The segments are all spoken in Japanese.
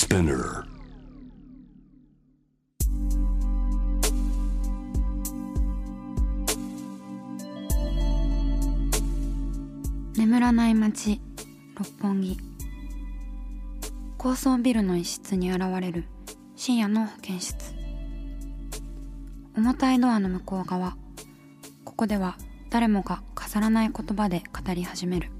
Spinner. 眠らない街六本木。高層ビルの一室に現れる深夜の保健室。重たいドアの向こう側、ここでは誰もが飾らない言葉で語り始める。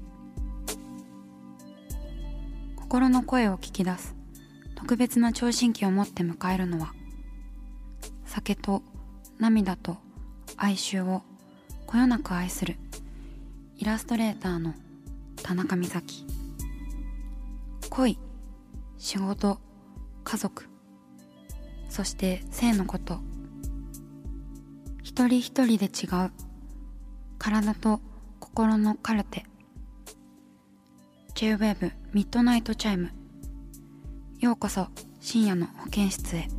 心の声を聞き出す特別な聴診器を持って迎えるのは、酒と涙と哀愁をこよなく愛するイラストレーターの田中美咲。恋、仕事、家族、そして性のこと、一人一人で違う体と心のカルテ。 J-WAVE ミッドナイトチャイム。ようこそ深夜の保健室へ。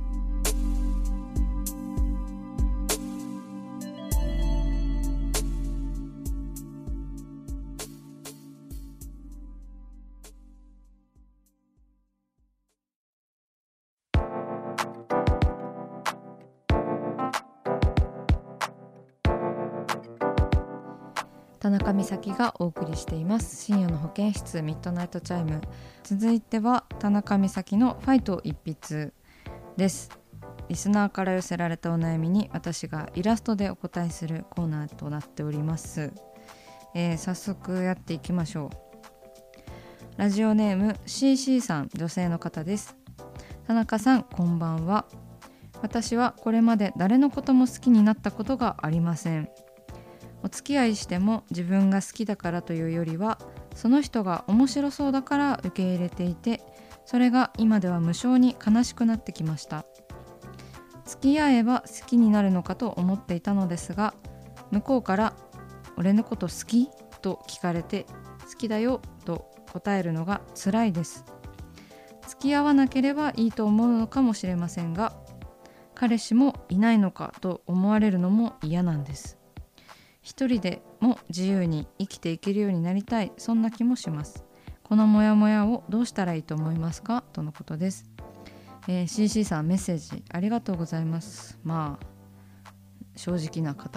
田中美咲がお送りしています深夜の保健室ミッドナイトチャイム。続いては田中美咲のファイト一筆です。リスナーから寄せられたお悩みに私がイラストでお答えするコーナーとなっております。早速やっていきましょう。ラジオネーム CC さん、女性の方です。田中さん、こんばんは。私はこれまで誰のことも好きになったことがありません。お付き合いしても自分が好きだからというよりは、その人が面白そうだから受け入れていて、それが今では無性に悲しくなってきました。付き合えば好きになるのかと思っていたのですが、向こうから俺のこと好きと聞かれて、好きだよと答えるのが辛いです。付き合わなければいいと思うのかもしれませんが、彼氏もいないのかと思われるのも嫌なんです。一人でも自由に生きていけるようになりたい、そんな気もします。このモヤモヤをどうしたらいいと思いますか、とのことです。CC さん、メッセージありがとうございます。まあ正直な方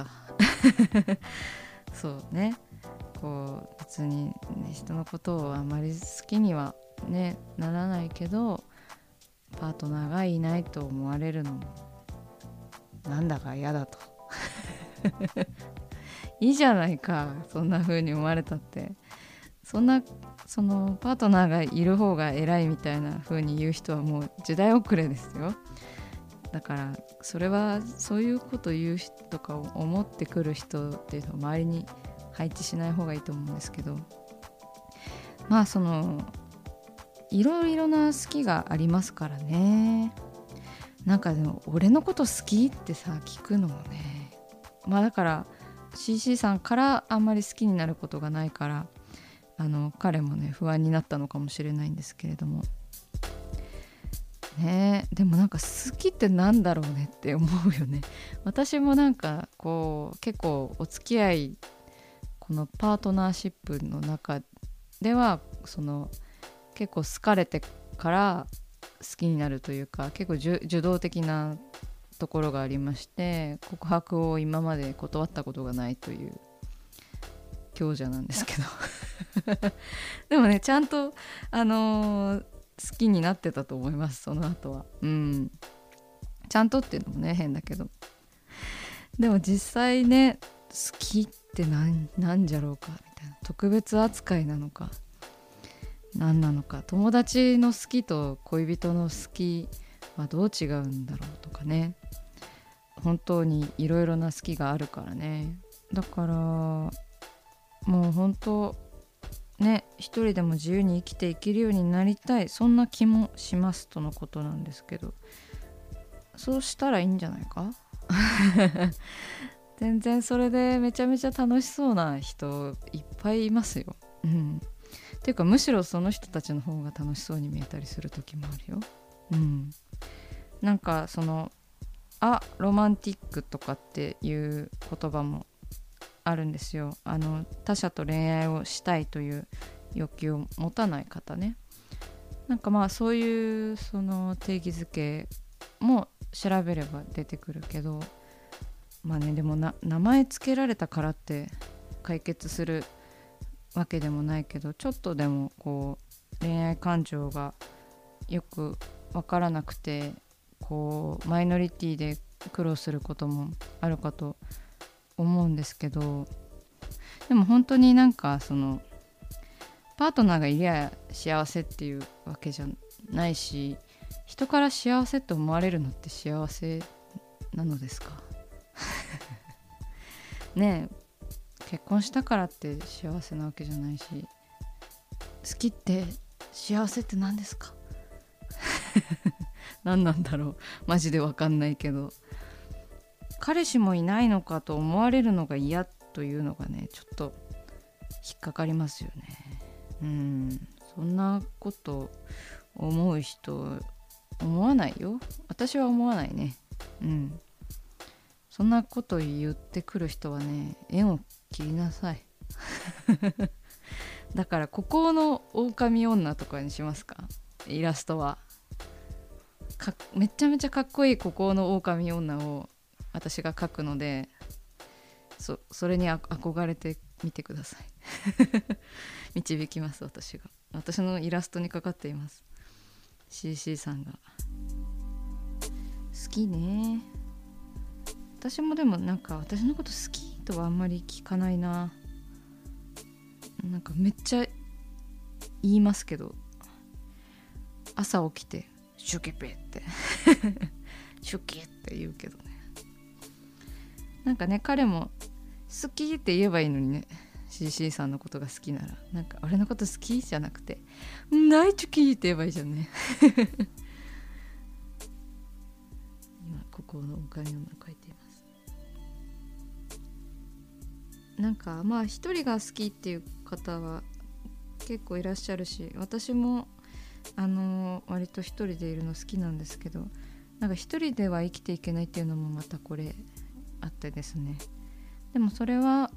そうね、こう別に、ね、人のことをあまり好きには、ね、ならないけど、パートナーがいないと思われるのもなんだか嫌だといいじゃないか、そんな風に思われたって。そのパートナーがいる方が偉いみたいな風に言う人はもう時代遅れですよ。だからそれはそういうこと言う人とかを思ってくる人っていうのを周りに配置しない方がいいと思うんですけど、まあいろいろな好きがありますからね。なんかでも俺のこと好きってさ聞くのもね、まあだから CC さんからあんまり好きになることがないから、彼もね不安になったのかもしれないんですけれどもね。でもなんか好きってなんだろうねって思うよね。私もなんかこう結構お付き合い、このパートナーシップの中では結構好かれてから好きになるというか、結構受動的なところがありまして、告白を今まで断ったことがないという強者なんですけどでもねちゃんと、好きになってたと思います、その後は。ちゃんとっていうのもね変だけど、でも実際ね好きってなんじゃろうかみたいな、特別扱いなのか何なのか、友達の好きと恋人の好きはどう違うんだろうとかね、本当にいろいろな好きがあるからね。だからもう本当ね、一人でも自由に生きていけるようになりたい、そんな気もしますとのことなんですけど、そうしたらいいんじゃないか全然それでめちゃめちゃ楽しそうな人いっぱいいますよ。っていうかむしろその人たちの方が楽しそうに見えたりする時もあるよ。なんかロマンティックとかっていう言葉もあるんですよ。他者と恋愛をしたいという欲求を持たない方ね。 なんかまあそういうその定義づけも調べれば出てくるけど、まあね、でも名前つけられたからって解決するわけでもないけど、ちょっとでもこう恋愛感情がよく分からなくてこうマイノリティで苦労することもあるかと思うんですけど、でも本当になんかそのパートナーがいりゃ幸せっていうわけじゃないし、人から幸せと思われるのって幸せなのですかねえ、結婚したからって幸せなわけじゃないし、好きって幸せって何ですか何なんだろう、マジで分かんないけど、彼氏もいないのかと思われるのが嫌というのがね、ちょっと引っかかりますよね。そんなこと思う人思わないよ。私は思わないね。そんなこと言ってくる人はね、縁を切りなさいだから孤高の狼女とかにしますか、イラストは。めちゃめちゃかっこいい孤高の狼女を私が描くので、それに憧れてみてください導きます。私のイラストにかかっています。 CC さんが好きね。私もでもなんか私のこと好きとはあんまり聞かないな。なんかめっちゃ言いますけど、朝起きてシュキペってシュキって言うけどね。なんかね、彼も好きって言えばいいのにね、 CC さんのことが好きなら。なんか俺のこと好きじゃなくてナイチュキーって言えばいいじゃんね今ここのお金を書いています。なんかまあ一人が好きっていう方は結構いらっしゃるし、私も割と一人でいるの好きなんですけど、なんか一人では生きていけないっていうのもまたこれあってですね。でもそれは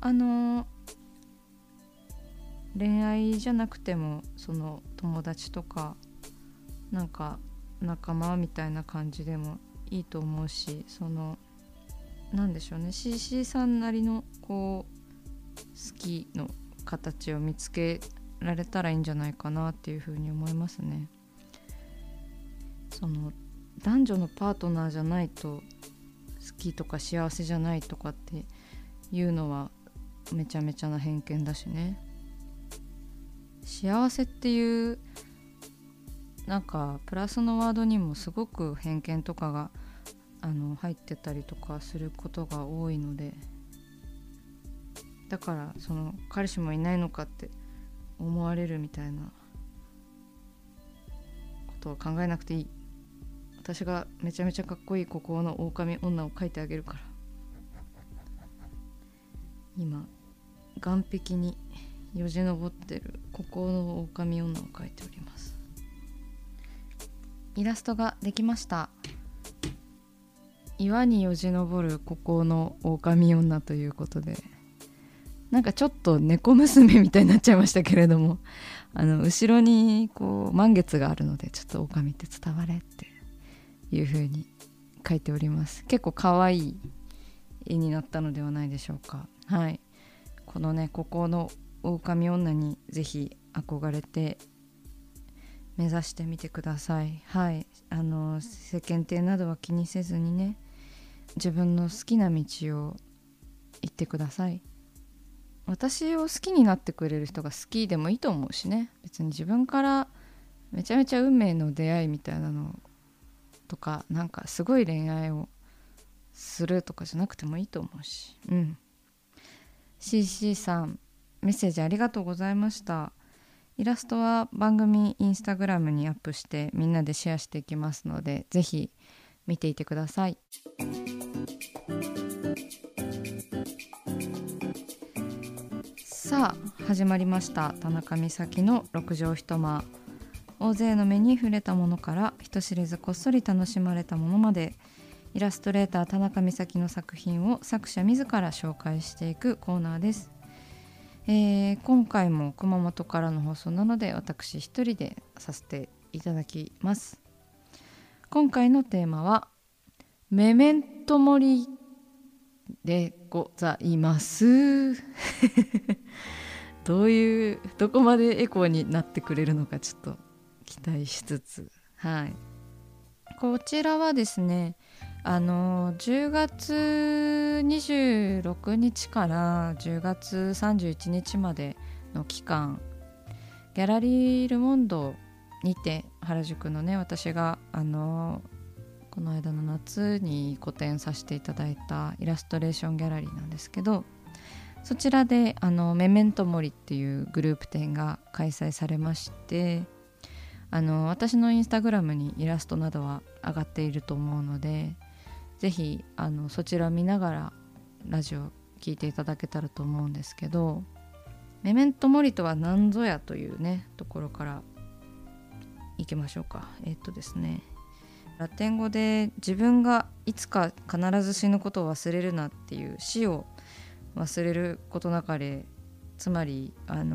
恋愛じゃなくてもその友達とかなんか仲間みたいな感じでもいいと思うし、そのなんでしょうね、 CC さんなりのこう好きの形を見つけられたらいいんじゃないかなっていうふうに思いますね。その男女のパートナーじゃないと好きとか幸せじゃないとかっていうのはめちゃめちゃな偏見だしね。幸せっていうなんかプラスのワードにもすごく偏見とかが入ってたりとかすることが多いので、だからその彼氏もいないのかって思われるみたいなことは考えなくていい。私がめちゃめちゃかっこいい孤高の狼女を描いてあげるから。今岸壁によじ登ってる孤高の狼女を描いております。イラストができました。岩によじ登る孤高の狼女ということで、なんかちょっと猫娘みたいになっちゃいましたけれども、後ろにこう満月があるので、ちょっと狼って伝われっていう風に描いております。結構可愛い絵になったのではないでしょうか。はい、このね孤高の狼女にぜひ憧れて目指してみてください。はい、世間体などは気にせずにね、自分の好きな道を行ってください。私を好きになってくれる人が好きでもいいと思うしね。別に自分からめちゃめちゃ運命の出会いみたいなのとか、なんかすごい恋愛をするとかじゃなくてもいいと思うし。CC さん、メッセージありがとうございました。イラストは番組インスタグラムにアップしてみんなでシェアしていきますので、ぜひ見ていてください。さあ始まりました、田中美咲の六畳一間。大勢の目に触れたものから人知れずこっそり楽しまれたものまで、イラストレーター田中美咲の作品を作者自ら紹介していくコーナーです。今回も熊本からの放送なので、私一人でさせていただきます。今回のテーマはメメントモリでございますどこまでエコーになってくれるのかちょっと期待しつつ、はい、こちらはですね10月26日から10月31日までの期間、ギャラリールモンドにて原宿のね、私がこの間の夏に個展させていただいたイラストレーションギャラリーなんですけど、そちらでメメントモリっていうグループ展が開催されまして、私のインスタグラムにイラストなどは上がっていると思うので、ぜひそちらを見ながらラジオ聞いていただけたらと思うんですけど、メメントモリとは何ぞやというねところからいきましょうか。ですね、ラテン語で自分がいつか必ず死ぬことを忘れるなっていう、死を忘れることなかれ、つまり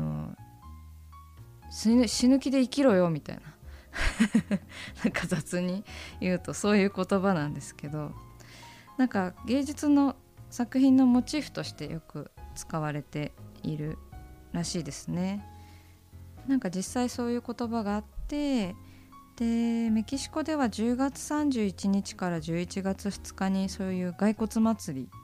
死ぬ気で生きろよみたいななんか雑に言うとそういう言葉なんですけど、なんか芸術の作品のモチーフとしてよく使われているらしいですね。なんか実際そういう言葉があって、でメキシコでは10月31日から11月2日にそういう骸骨祭り、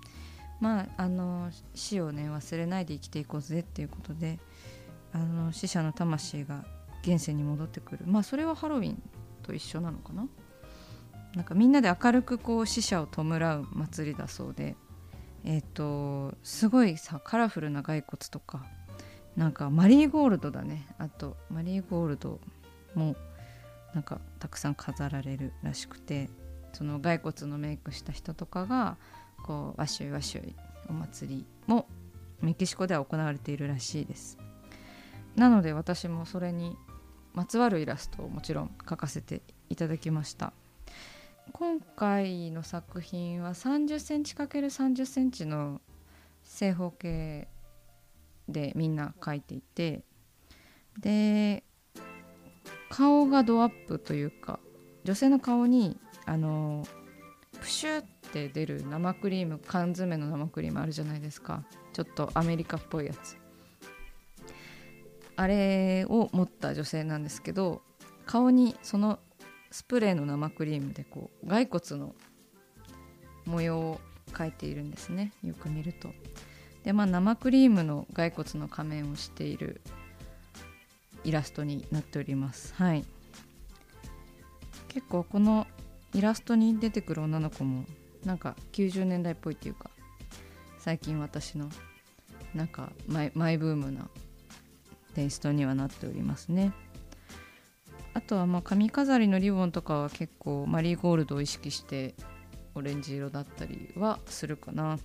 死をね忘れないで生きていこうぜっていうことで、死者の魂が現世に戻ってくる、それはハロウィンと一緒なのかな。なんかみんなで明るくこう死者を弔う祭りだそうで、すごいさカラフルな骸骨とか、なんかマリーゴールドだね、あとマリーゴールドもなんかたくさん飾られるらしくて、その骸骨のメイクした人とかがこうワッシュイワッシュイお祭りもメキシコでは行われているらしいです。なので私もそれにまつわるイラストをもちろん描かせていただきました。今回の作品は30センチ ×30 センチの正方形でみんな描いていて、で顔がドアップというか、女性の顔にプシュって出る生クリーム、缶詰の生クリームあるじゃないですか、ちょっとアメリカっぽいやつ、あれを持った女性なんですけど、顔にそのスプレーの生クリームでこう骸骨の模様を描いているんですね、よく見ると。で生クリームの骸骨の仮面をしているイラストになっております。はい、結構このイラストに出てくる女の子もなんか90年代っぽいっていうか、最近私のなんかマイブームなテイストにはなっておりますね。あとは髪飾りのリボンとかは結構マリーゴールドを意識してオレンジ色だったりはするかな。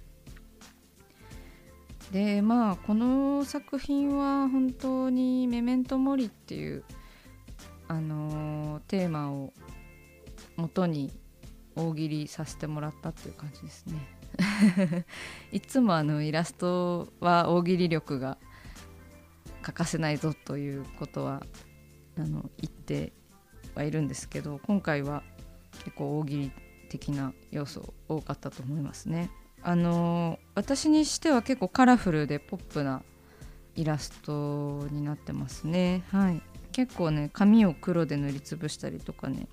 でこの作品は本当にメメントモリっていうテーマを元に大喜利させてもらったっていう感じですねいつもイラストは大喜利力が欠かせないぞということは言ってはいるんですけど、今回は結構大喜利的な要素多かったと思いますね。私にしては結構カラフルでポップなイラストになってますね。はい、結構ね髪を黒で塗りつぶしたりとかね、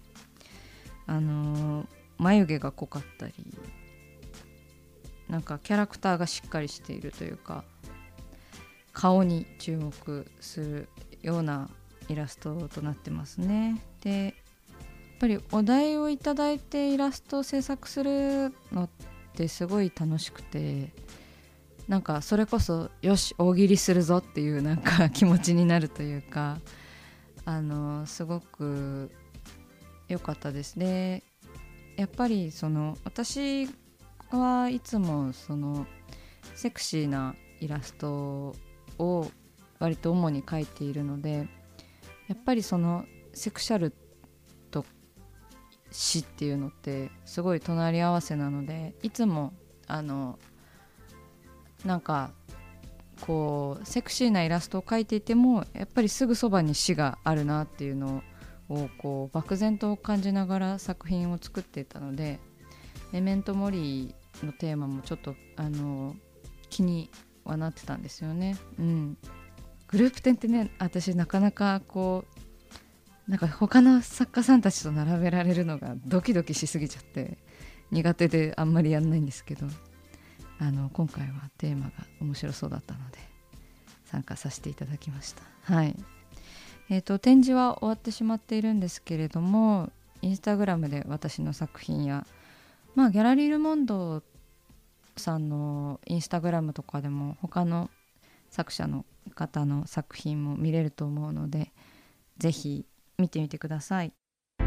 眉毛が濃かったり、なんかキャラクターがしっかりしているというか、顔に注目するようなイラストとなってますね。でやっぱりお題をいただいてイラストを制作するのってすごい楽しくて、なんかそれこそよし大喜利するぞっていうなんか気持ちになるというか、すごく良かったですね。やっぱり私はいつもセクシーなイラストを割と主に描いているので、やっぱりセクシャルと死っていうのってすごい隣り合わせなので、いつもなんかこうセクシーなイラストを描いていてもやっぱりすぐそばに死があるなっていうのををこう漠然と感じながら作品を作っていたので、メメントモリのテーマもちょっと気にはなってたんですよね。グループ展ってね、私なかなかこうなんか他の作家さんたちと並べられるのがドキドキしすぎちゃって苦手であんまりやんないんですけど、今回はテーマが面白そうだったので参加させていただきました。はい。展示は終わってしまっているんですけれども、インスタグラムで私の作品や、ギャラリールモンドさんのインスタグラムとかでも他の作者の方の作品も見れると思うので、ぜひ見てみてください。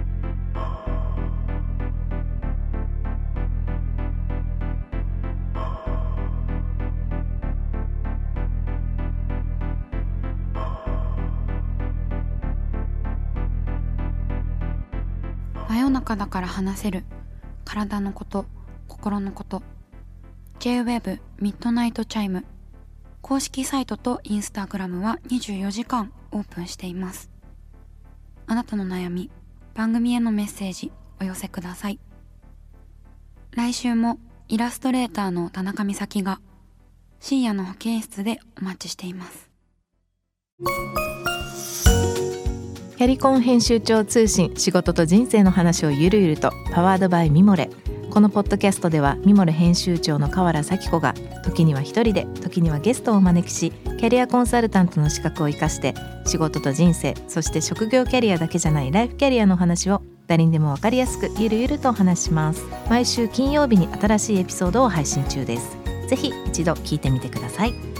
真夜中だから話せる体のこと、心のこと。 J-WEB ミッドナイトチャイム公式サイトとインスタグラムは24時間オープンしています。あなたの悩み、番組へのメッセージお寄せください。来週もイラストレーターの田中美咲が深夜の保健室でお待ちしています。 キャリコン編集長通信、仕事と人生の話をゆるゆると、パワードバイミモレ。このポッドキャストではミモレ編集長の河原咲子が時には一人で、時にはゲストをお招きし、キャリアコンサルタントの資格を生かして仕事と人生、そして職業キャリアだけじゃないライフキャリアの話を誰にでも分かりやすくゆるゆるとお話します。毎週金曜日に新しいエピソードを配信中です。ぜひ一度聞いてみてください。